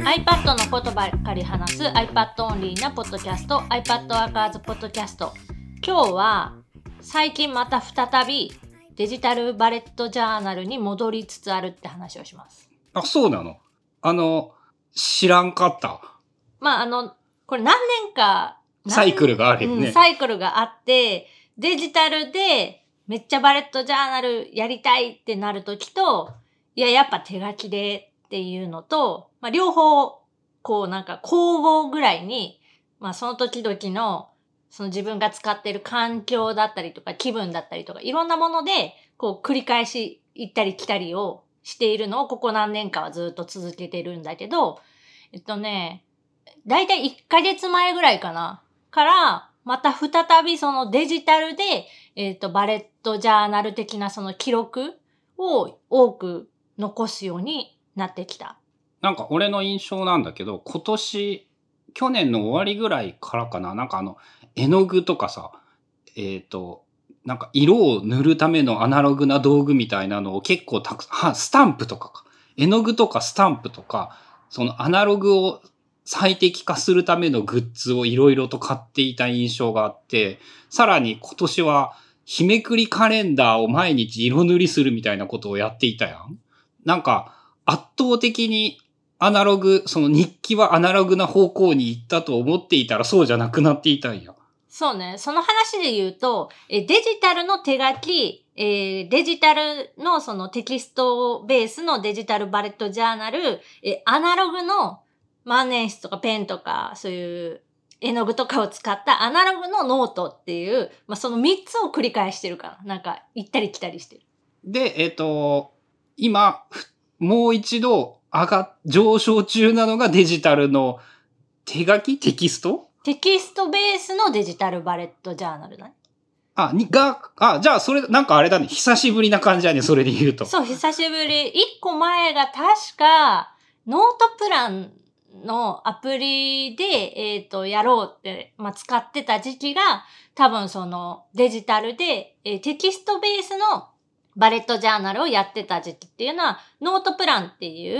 iPad のことばかり話す iPad オンリーなポッドキャスト iPad Workers ポッドキャスト。今日は最近また再びデジタルバレットジャーナルに戻りつつあるって話をします。 あ、そうなの？知らんかった。 これ何年かサイクルがあるよね。 サイクルがあって、デジタルでめっちゃバレットジャーナルやりたいってなるときと、やっぱ手書きでっていうのと、両方、交互ぐらいに、その時々の、その自分が使っている環境だったりとか気分だったりとか、いろんなもので、繰り返し行ったり来たりをしているのを、ここ何年かはずっと続けてるんだけど、だいたい1ヶ月前ぐらいかな。から、また再びそのデジタルで、バレットジャーナル的なその記録を多く残すようになってきた。 なんか俺の印象なんだけど、去年の終わりぐらいからかな、絵の具とかさ、色を塗るためのアナログな道具みたいなのを結構たくさん、スタンプとか、絵の具とかスタンプとか、そのアナログを最適化するためのグッズをいろいろと買っていた印象があって、さらに今年は日めくりカレンダーを毎日色塗りするみたいなことをやっていたやん。圧倒的にアナログ、その日記はアナログな方向に行ったと思っていたらそうじゃなくなっていたんや。 そうね。その話で言うと、デジタルの手書き、デジタルのそのテキストベースのデジタルバレットジャーナル、アナログの万年筆とかペンとか、そういう絵の具とかを使ったアナログのノートっていう、その3つを繰り返してるから。行ったり来たりしてる。 で、今、もう一度上昇中なのがデジタルの手書きテキストベースのデジタルバレットジャーナルだね。 じゃあそれあれだね。久しぶりな感じだね。それで言うと。 そう、久しぶり。一個前が確か、ノートプランのアプリで、やろうって、使ってた時期が、多分そのデジタルで、テキストベースのバレットジャーナルをやってた時期っていうのは、ノートプランっていう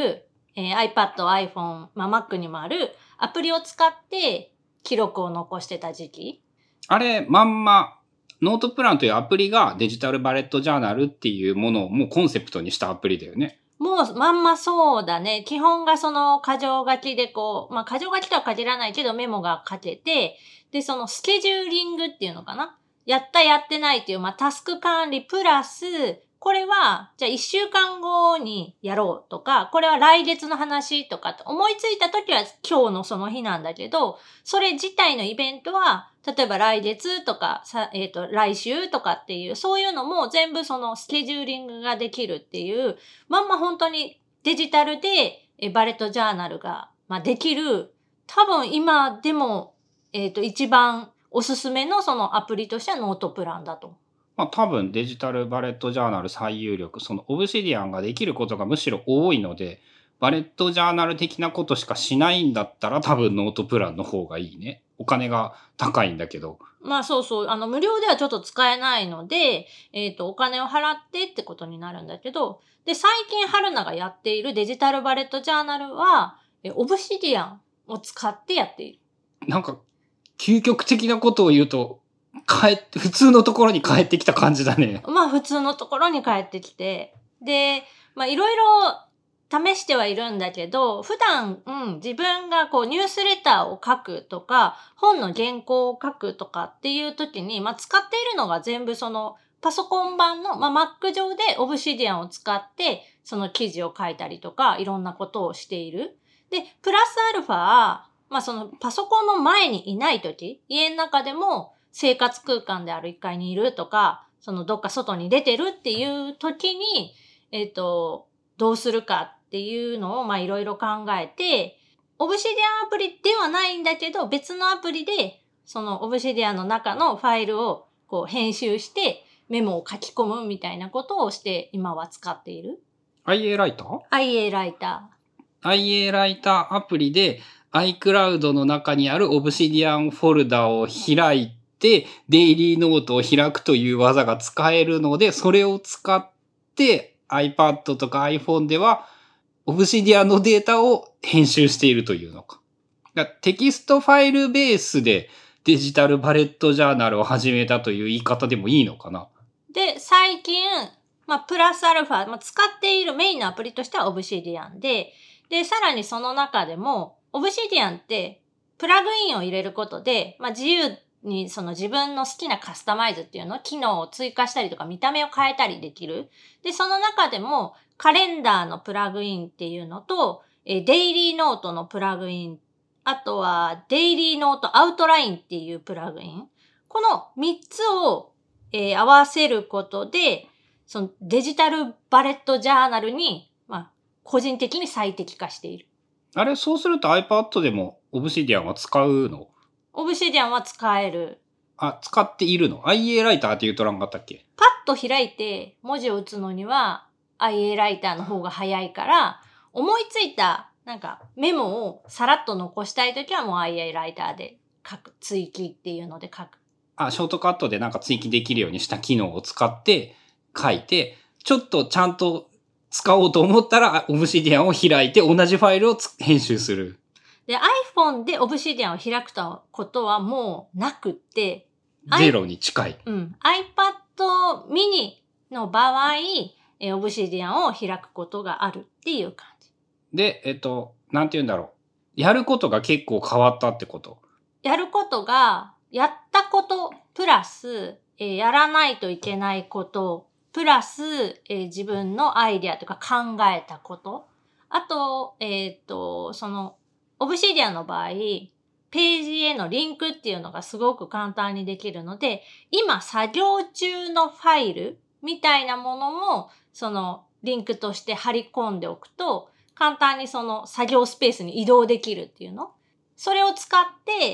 、iPad、iPhone、Mac にもあるアプリを使って記録を残してた時期。 あれ、ノートプランというアプリがデジタルバレットジャーナルっていうものをもうコンセプトにしたアプリだよね。 もうそうだね。基本がその箇条書きで箇条書きとは限らないけどメモが書けて、で、そのスケジューリングっていうのかな。やったやってないっていう、タスク管理プラス、これは、じゃあ1週間後にやろうとか、これは来月の話とか思いついた時は今日のその日なんだけど、それ自体のイベントは、例えば来月とか、来週とかっていう、そういうのも全部そのスケジューリングができるっていう、本当にデジタルでバレットジャーナルが、できる、多分今でも、一番おすすめのそのアプリとしてはノートプランだと。 多分デジタルバレットジャーナル最有力、そのオブシディアンができることがむしろ多いので、バレットジャーナル的なことしかしないんだったら多分ノートプランの方がいいね。お金が高いんだけど。 そう。無料ではちょっと使えないので、お金を払ってってことになるんだけど、で、最近春菜がやっているデジタルバレットジャーナルは、オブシディアンを使ってやっている。 究極的なことを言うと、普通のところに帰ってきた感じだね。 普通のところに帰ってきて。で、いろいろ試してはいるんだけど、普段、自分がニュースレターを書くとか、本の原稿を書くとかっていう時に、使っているのが全部その、パソコン版の、Mac 上でオブシディアンを使って、その記事を書いたりとか、いろんなことをしている。で、プラスアルファ、そのパソコンの前にいない時、家の中でも生活空間である1階にいるとか、そのどっか外に出てるっていう時に、どうするかっていうのをいろいろ考えて、オブシディアンアプリではないんだけど、別のアプリで、そのオブシディアンの中のファイルを編集してメモを書き込むみたいなことをして今は使っている。 IA ライター？ IA ライター。IA ライターアプリで iCloud の中にあるオブシディアンフォルダを開いて、デイリーノートを開くという技が使えるので、それを使って iPad とか iPhone ではオブシディアンのデータを編集しているというのか。テキストファイルベースでデジタルバレットジャーナルを始めたという言い方でもいいのかな。 で、最近、プラスアルファ、使っているメインのアプリとしてはオブシディアンで、さらにその中でも、オブシディアンって、プラグインを入れることで、自由にその自分の好きなカスタマイズっていうの、機能を追加したりとか見た目を変えたりできる。で、その中でも、カレンダーのプラグインっていうのと、デイリーノートのプラグイン、あとは、デイリーノートアウトラインっていうプラグイン。この3つを、合わせることで、そのデジタルバレットジャーナルに、個人的に最適化している。 あれ、そうすると iPad でもオブシディアンは使うの？ オブシディアンは使える。 使っているの？ IA ライターって言うとらんかったっけ？ パッと開いて文字を打つのには IA ライターの方が早いから、思いついたメモをさらっと残したいときはもう IA ライターで書く。追記っていうので書く。 ショートカットで追記できるようにした機能を使って書いて、ちょっとちゃんと使おうと思ったら、オブシディアンを開いて同じファイルを編集する。 で、iPhone でオブシディアンを開くことはもうなくって、 ゼロに近い。 iPad mini の場合、オブシディアンを開くことがあるっていう感じ。 で、なんて言うんだろう。やることが結構変わったってこと。 やることが、やったこと、プラス、やらないといけないこと、プラス、自分のアイディアとか考えたこと。あと、その、オブシディアンの場合、ページへのリンクっていうのがすごく簡単にできるので、今作業中のファイルみたいなものも、そのリンクとして貼り込んでおくと、簡単にその作業スペースに移動できるっていうの。それを使って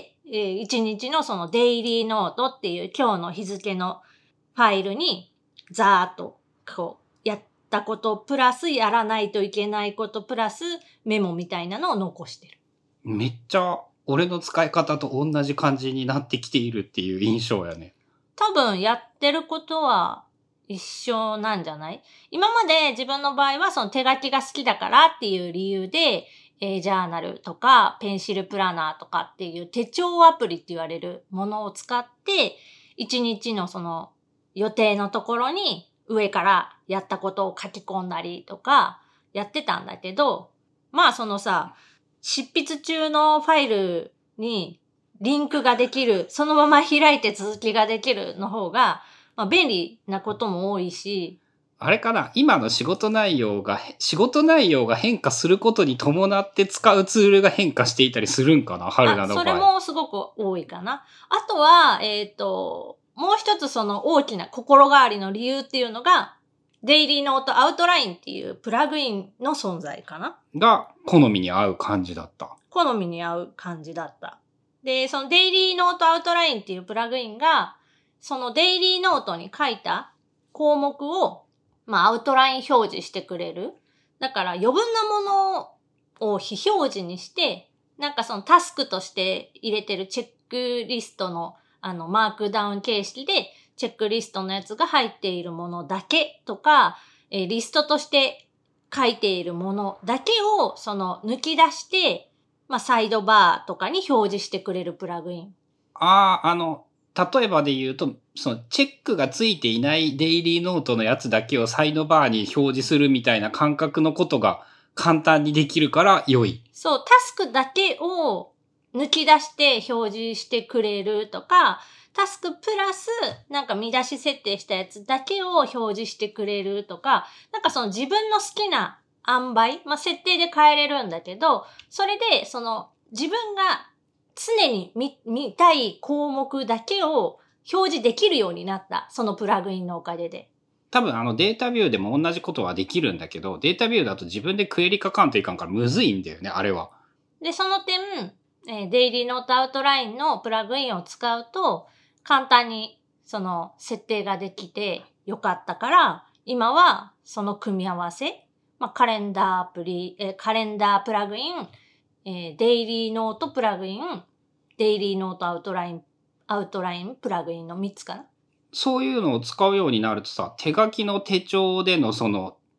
、1日のそのデイリーノートっていう今日の日付のファイルにざーっとやったことプラスやらないといけないことプラスメモみたいなのを残してる。 めっちゃ俺の使い方と同じ感じになってきているっていう印象やね。 多分やってることは一緒なんじゃない？今まで自分の場合はその手書きが好きだからっていう理由で、ジャーナルとかペンシルプラナーとかっていう手帳アプリって言われるものを使って一日のその予定のところに上からやったことを書き込んだりとかやってたんだけど、そのさ、執筆中のファイルにリンクができる、そのまま開いて続きができるの方が、便利なことも多いし。 あれかな、今の仕事内容が変化することに伴って使うツールが変化していたりするんかな、春菜の場合。 それもすごく多いかな。あとは、もう一つその大きな心変わりの理由っていうのが、デイリーノートアウトラインっていうプラグインの存在かな。 が、好みに合う感じだった。 好みに合う感じだった。で、そのデイリーノートアウトラインっていうプラグインが、そのデイリーノートに書いた項目を、アウトライン表示してくれる。だから余分なものを非表示にして、そのタスクとして入れてるチェックリストのマークダウン形式でチェックリストのやつが入っているものだけとか、リストとして書いているものだけをその抜き出して、サイドバーとかに表示してくれるプラグイン。 例えばで言うと、そのチェックがついていないデイリーノートのやつだけをサイドバーに表示するみたいな感覚のことが簡単にできるから良い。 そう、タスクだけを抜き出して表示してくれるとか、タスクプラス見出し設定したやつだけを表示してくれるとか、その自分の好きな塩梅、設定で変えれるんだけど、それでその自分が常に見たい項目だけを表示できるようになった。そのプラグインのおかげで。 多分データビューでも同じことはできるんだけど、データビューだと自分でクエリ書かんといかんからむずいんだよね、あれは。 で、その点、デイリーノートアウトラインのプラグインを使うと、簡単にその設定ができてよかったから、今はその組み合わせ、カレンダープラグイン、デイリーノートプラグイン、デイリーノートアウトラインプラグインの3つかな。 そういうのを使うようになるとさ、手書きの手帳でのその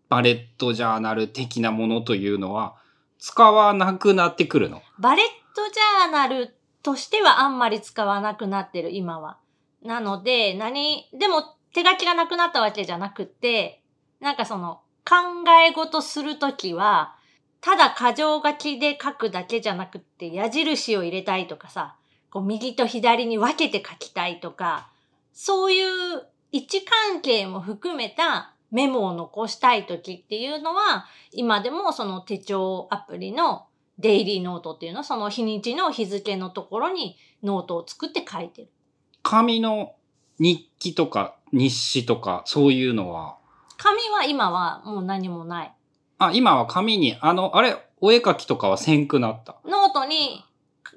バレットジャーナル的なものというのは使わなくなってくるの？ バレットジャーナルとしてはあんまり使わなくなってる、今は。なので、でも手書きがなくなったわけじゃなくって、なんかその考え事するときは、ただ箇条書きで書くだけじゃなくって矢印を入れたいとかさ、こう右と左に分けて書きたいとか、そういう位置関係も含めたメモを残したいときっていうのは、今でもその手帳アプリのデイリーノートっていうのはその日にちの日付のところにノートを作って書いてる。 紙の日記とか日誌とかそういうのは？ 紙は今はもう何もない。 今は紙に、お絵描きとかはせんくなった。 ノートに、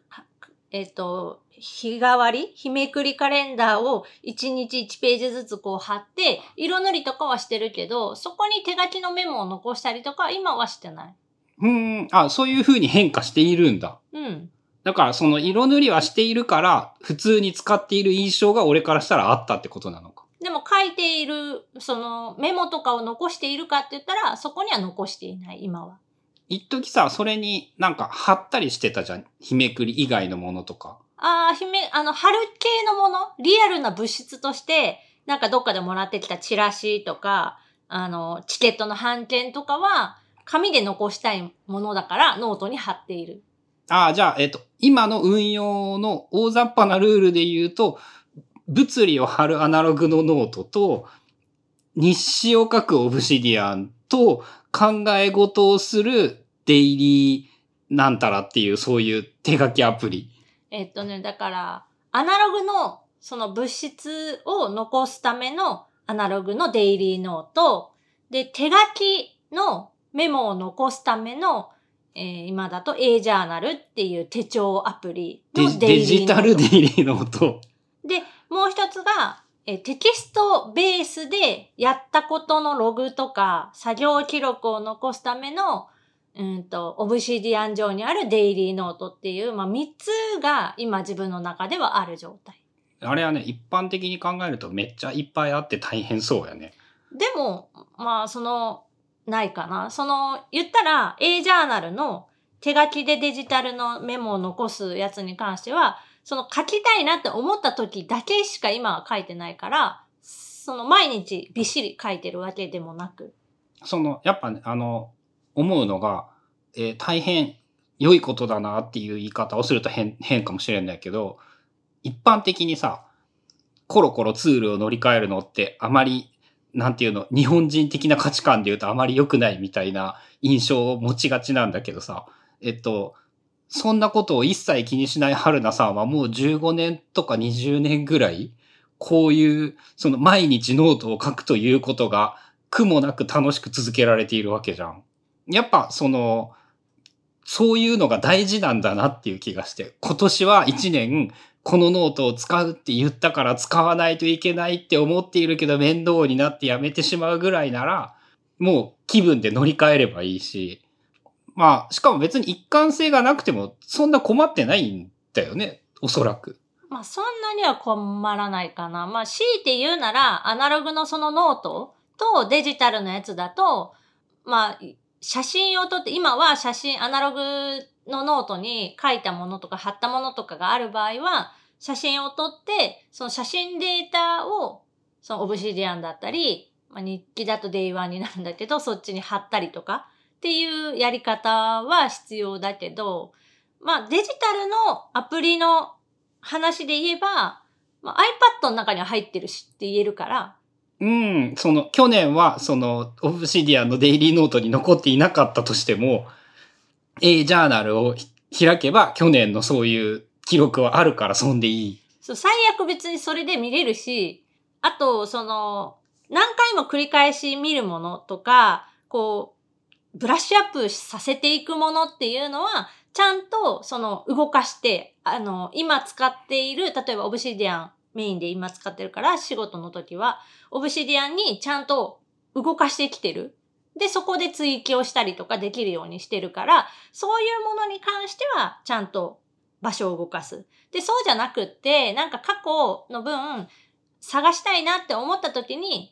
日替わり日めくりカレンダーを1日1ページずつこう貼って、色塗りとかはしてるけど、そこに手書きのメモを残したりとか今はしてない。 そういう風に変化しているんだ。 うん。 だからその色塗りはしているから、普通に使っている印象が俺からしたらあったってことなのか。 でも書いている、そのメモとかを残しているかって言ったら、そこには残していない、今は。 一時さ、それになんか貼ったりしてたじゃん。日めくり以外のものとか。 貼る系のもの、リアルな物質として、なんかどっかでもらってきたチラシとか、チケットの半券とかは、紙で残したいものだからノートに貼っている。 じゃあ、今の運用の大雑把なルールで言うと、物理を貼るアナログのノートと、日誌を書くオブシディアンと、考え事をするデイリーなんたらっていうそういう手書きアプリ。 だから、アナログのその物質を残すためのアナログのデイリーノート、で、手書きのメモを残すための、今だと A ジャーナルっていう手帳アプリのデジタルデイリーノート。 で、もう一つが、テキストベースでやったことのログとか作業記録を残すためのオブシディアン上にあるデイリーノートっていう、3つが今自分の中ではある状態。 あれはね、一般的に考えるとめっちゃいっぱいあって大変そうやね。 でも、ないかな。言ったら A ジャーナルの手書きでデジタルのメモを残すやつに関しては、書きたいなって思った時だけしか今は書いてないから、毎日びっしり書いてるわけでもなく。 やっぱね、思うのが、大変良いことだなっていう言い方をすると変かもしれないけど、一般的にさ、コロコロツールを乗り換えるのってあまり、なんていうの、日本人的な価値観で言うとあまり良くないみたいな印象を持ちがちなんだけどさ、そんなことを一切気にしない春菜さんはもう15年とか20年ぐらい、こういう、毎日ノートを書くということが苦もなく楽しく続けられているわけじゃん。やっぱそういうのが大事なんだなっていう気がして、今年は1年このノートを使うって言ったから使わないといけないって思っているけど面倒になってやめてしまうぐらいなら、もう気分で乗り換えればいいし、しかも別に一貫性がなくてもそんな困ってないんだよね、おそらく。 そんなには困らないかな。強いて言うなら、アナログのそのノートとデジタルのやつだと、写真を撮って、今はアナログのノートに書いたものとか貼ったものとかがある場合は、写真を撮って、その写真データを、そのオブシディアンだったり、日記だとデイワンになるんだけど、そっちに貼ったりとかっていうやり方は必要だけど、デジタルのアプリの話で言えば、iPad の中には入ってるしって言えるから、 去年は、オブシディアンのデイリーノートに残っていなかったとしても、A ジャーナルを開けば、去年のそういう記録はあるから、そんでいい。 そう、最悪別にそれで見れるし、あと、何回も繰り返し見るものとか、ブラッシュアップさせていくものっていうのは、ちゃんと、動かして、今使っている、例えばオブシディアンメインで今使ってるから、仕事の時は、オブシディアンにちゃんと動かしてきてる。で、そこで追記をしたりとかできるようにしてるから、そういうものに関しては、ちゃんと場所を動かす。で、そうじゃなくって、なんか過去の分、探したいなって思った時に、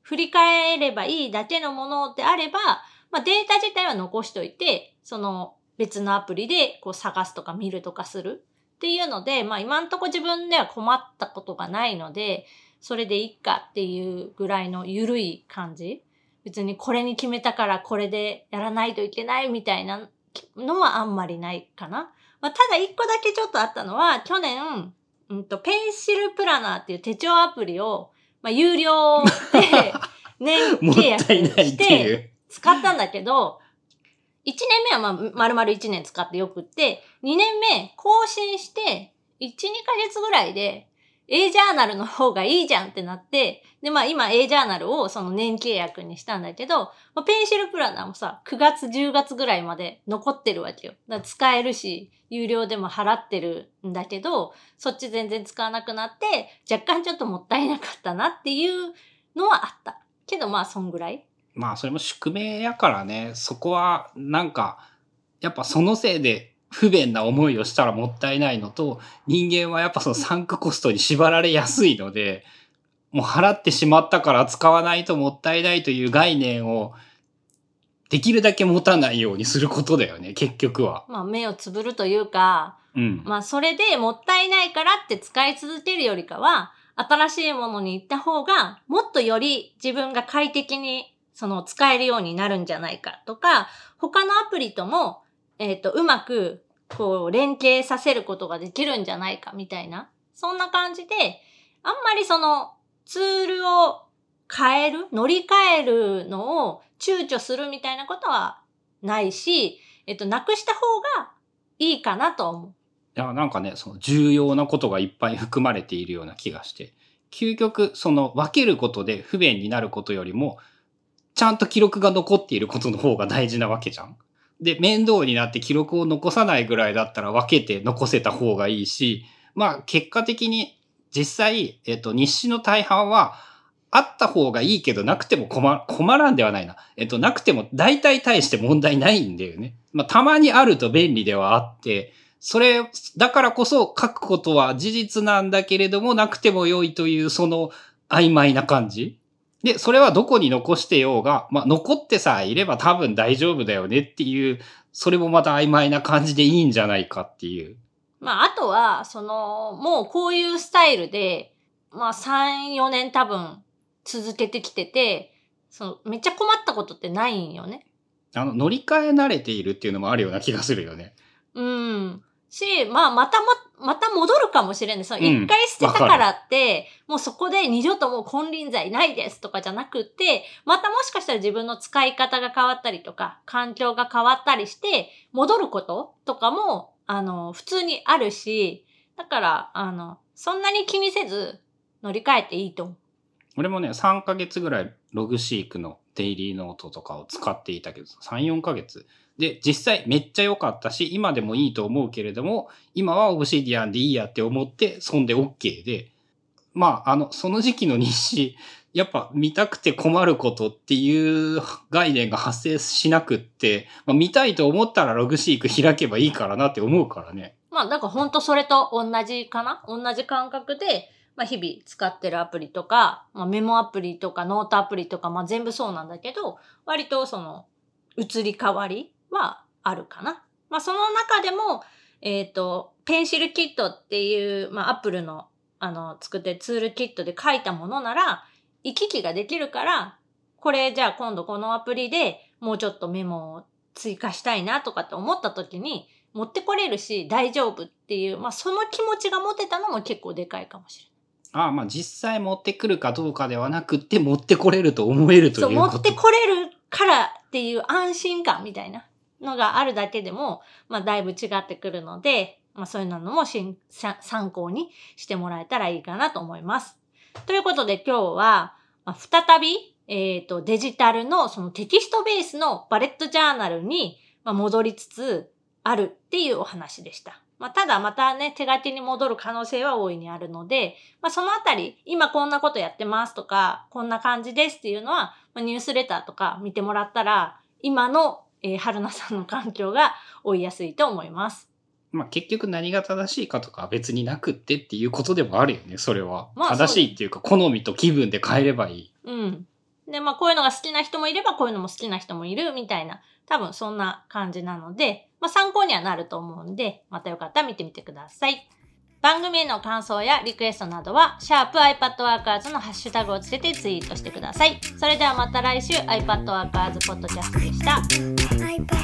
振り返ればいいだけのものであれば、まあ、データ自体は残しといて、その別のアプリでこう探すとか見るとかするっていうので、まあ今んとこ自分では困ったことがないので、それでいいかっていうぐらいの緩い感じ。別にこれに決めたからこれでやらないといけないみたいなのはあんまりないかな。まあ、ただ一個だけちょっとあったのは、去年、ペンシルプラナーっていう手帳アプリを、まあ、有料で年契約して使ったんだけど、1年目はまあ丸々1年使ってよくって、2年目更新して1、2ヶ月ぐらいで A ジャーナルの方がいいじゃんってなって、でまあ今 A ジャーナルをその年契約にしたんだけど、まあ、ペンシルプラナーもさ、9月10月ぐらいまで残ってるわけよ。だから使えるし、有料でも払ってるんだけど、そっち全然使わなくなって、若干ちょっともったいなかったなっていうのはあった。けどまあそんぐらい。 まあそれも宿命やからね、そこはなんか、やっぱそのせいで不便な思いをしたらもったいないのと、人間はやっぱそのサンクコストに縛られやすいので、もう払ってしまったから使わないともったいないという概念をできるだけ持たないようにすることだよね、結局は。 まあ目をつぶるというか、まあそれでもったいないからって使い続けるよりかは、新しいものに行った方が、もっとより自分が快適にその使えるようになるんじゃないかとか、他のアプリとも、うまくこう連携させることができるんじゃないかみたいな、そんな感じで、あんまりそのツールを乗り換えるのを躊躇するみたいなことはないし、なくした方がいいかなと思う。 いや、なんかね、その重要なことがいっぱい含まれているような気がして、究極、その分けることで不便になることよりも、ちゃんと記録が残っていることの方が大事なわけじゃん。で、面倒になって記録を残さないぐらいだったら分けて残せた方がいいし、まあ結果的に実際、日誌の大半はあった方がいいけどなくても困らんではないな。なくても大体大して問題ないんだよね。まあたまにあると便利ではあって、それ、だからこそ書くことは事実なんだけれどもなくても良いというその曖昧な感じ。で、それはどこに残してようが、まあ、残ってさえいれば多分大丈夫だよねっていう、それもまた曖昧な感じでいいんじゃないかっていう。 まあ、あとは、もうこういうスタイルで、まあ、3、4年多分続けてきてて、めっちゃ困ったことってないんよね。 乗り換え慣れているっていうのもあるような気がするよね。 まあ、また戻るかもしれない。一回捨てたからって、もうそこで二度ともう金輪際ないですとかじゃなくて、またもしかしたら自分の使い方が変わったりとか、環境が変わったりして、戻ることとかも、普通にあるし、だから、そんなに気にせず乗り換えていいと思う。 俺もね、3ヶ月ぐらいログシークのデイリーノートとかを使っていたけど、3、4ヶ月。で、実際めっちゃ良かったし、今でもいいと思うけれども、今はオブシディアンでいいやって思って、そんで OK で、まあ、その時期の日誌、やっぱ見たくて困ることっていう概念が発生しなくって、まあ、見たいと思ったらログシーク開けばいいからなって思うからね。 まあ、なんかほんとそれと同じかな？同じ感覚で、まあ、日々使ってるアプリとか、まあ、メモアプリとかノートアプリとか、まあ、全部そうなんだけど、割と移り変わりはあるかな。まあ、その中でも、ペンシルキットっていう、まあ、アップルの、作ってるツールキットで書いたものなら、行き来ができるから、これじゃあ今度このアプリでもうちょっとメモを追加したいなとかって思った時に、持ってこれるし大丈夫っていう、まあ、その気持ちが持てたのも結構でかいかもしれない。 まあ実際持ってくるかどうかではなくって持ってこれると思えるということ。 そう、持ってこれるからっていう安心感みたいなのがあるだけでも、まあだいぶ違ってくるので、まあそういうのも参考にしてもらえたらいいかなと思います。ということで今日は、まあ、再び、デジタルのそのテキストベースのバレットジャーナルに戻りつつあるっていうお話でした。まあ、ただまたね、手書きに戻る可能性は大いにあるので、まあ、そのあたり、今こんなことやってますとか、こんな感じですっていうのは、まあ、ニュースレターとか見てもらったら、今の、春菜さんの環境が追いやすいと思います。 まあ結局何が正しいかとかは別になくってっていうことでもあるよね、それは。 まあ、 正しいっていうか、好みと気分で変えればいい。 うん。 で、こういうのが好きな人もいれば、こういうのも好きな人もいるみたいな、多分そんな感じなので、参考にはなると思うんで、またよかったら見てみてください。番組への感想やリクエストなどは、#iPadWorkers のハッシュタグをつけてツイートしてください。それではまた来週、iPadWorkers ポッドキャストでした。